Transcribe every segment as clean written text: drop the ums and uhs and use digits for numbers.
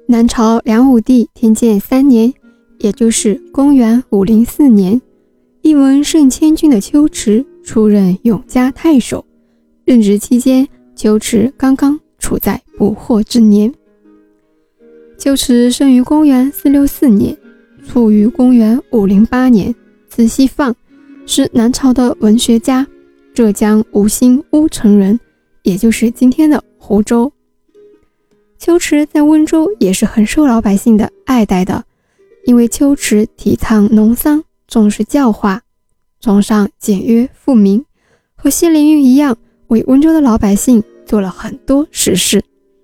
南朝梁武帝天监3年，也就是公元504年，一文胜千军的丘池出任永嘉太守，任职期间，丘池刚刚处在不惑之年。丘池生于公元464年，卒于公元508年，字希放，是南朝的文学家，浙江吴兴乌城人，也就是今天的湖州。丘池在温州也是很受老百姓的爱戴的，因为丘池提倡农桑，重视教化，崇尚简约富民，和谢灵运一样，为温州的老百姓做了很多实事。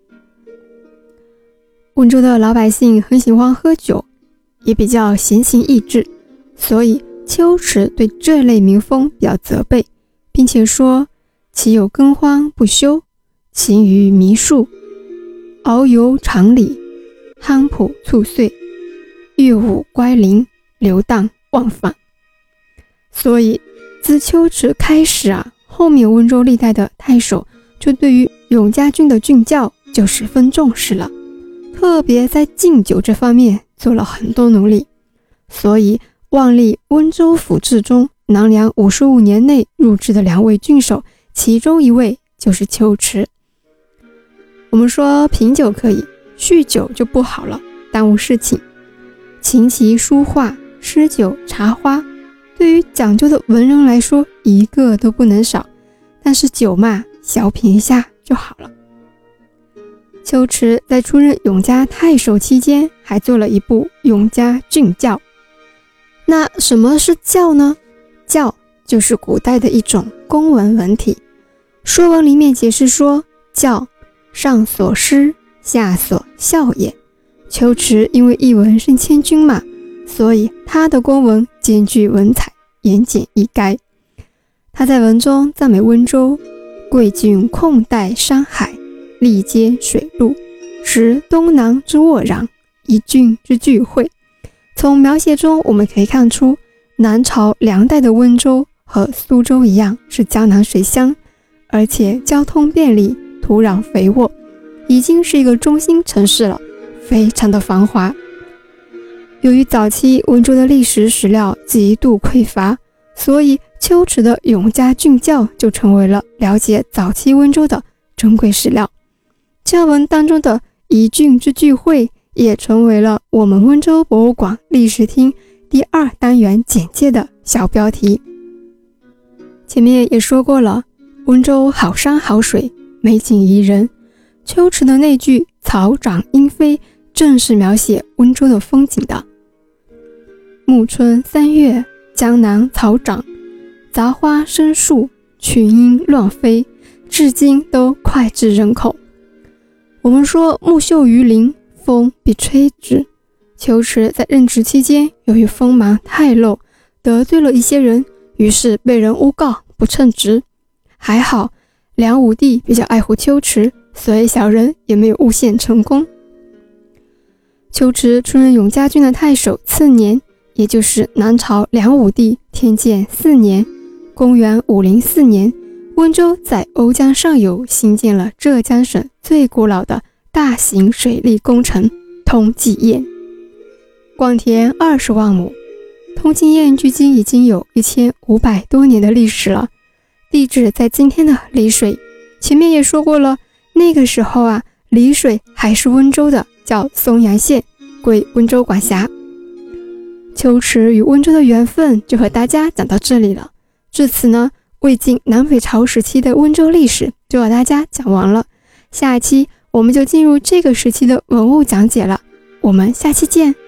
温州的老百姓很喜欢喝酒，也比较闲情逸致，所以丘池对这类民风比较责备，并且说：其有耕荒不休，勤于迷术，遨游常理，夯朴猝岁，乐舞乖灵，流荡忘返。所以自丘池开始后面温州历代的太守就对于永嘉军的训教就十分重视了，特别在敬酒这方面做了很多努力。所以万历温州府志中南梁55年内入职的2位郡守，其中一位就是丘池。我们说品酒可以，酗酒就不好了，耽误事情。琴棋书画诗酒茶花，对于讲究的文人来说一个都不能少，但是酒嘛，小品一下就好了。丘池在出任永嘉太守期间，还做了一部《永嘉训教》。那什么是教呢？教就是古代的一种公文文体。说文里面解释说，教上所师，下所效也。丘池因为一文胜千军嘛，所以他的公文兼具文采，言简意赅。他在文中赞美温州，贵郡控带山海，力接水陆，持东南之沃壤，一郡之聚会。从描写中我们可以看出，南朝梁代的温州和苏州一样是江南水乡，而且交通便利，土壤肥沃，已经是一个中心城市了，非常的繁华。由于早期温州的历史史料极度匮乏，所以丘池的永嘉训教就成为了了解早期温州的珍贵史料。教文当中的一郡之聚会也成为了我们温州博物馆历史厅第2单元简介的小标题。前面也说过了，温州好山好水，美景宜人。丘池的那句草长莺飞正是描写温州的风景的。暮春3月，江南草长，杂花生树，群莺乱飞，至今都脍炙人口。我们说木秀于林，风必吹之。丘池在任职期间，由于锋芒太露，得罪了一些人，于是被人诬告不称职。还好梁武帝比较爱护丘池，所以小人也没有诬陷成功。丘池出任永嘉军的太守次年，也就是南朝梁武帝天监4年，公元504年，温州在瓯江上游兴建了浙江省最古老的大型水利工程通济堰，广田20万亩。通济堰距今已经有1500多年的历史了，地址在今天的丽水。前面也说过了，那个时候丽水还是温州的，叫松阳县，归温州管辖。丘池与温州的缘分就和大家讲到这里了。至此呢，魏晋南北朝时期的温州历史就和大家讲完了。下一期我们就进入这个时期的文物讲解了，我们下期见。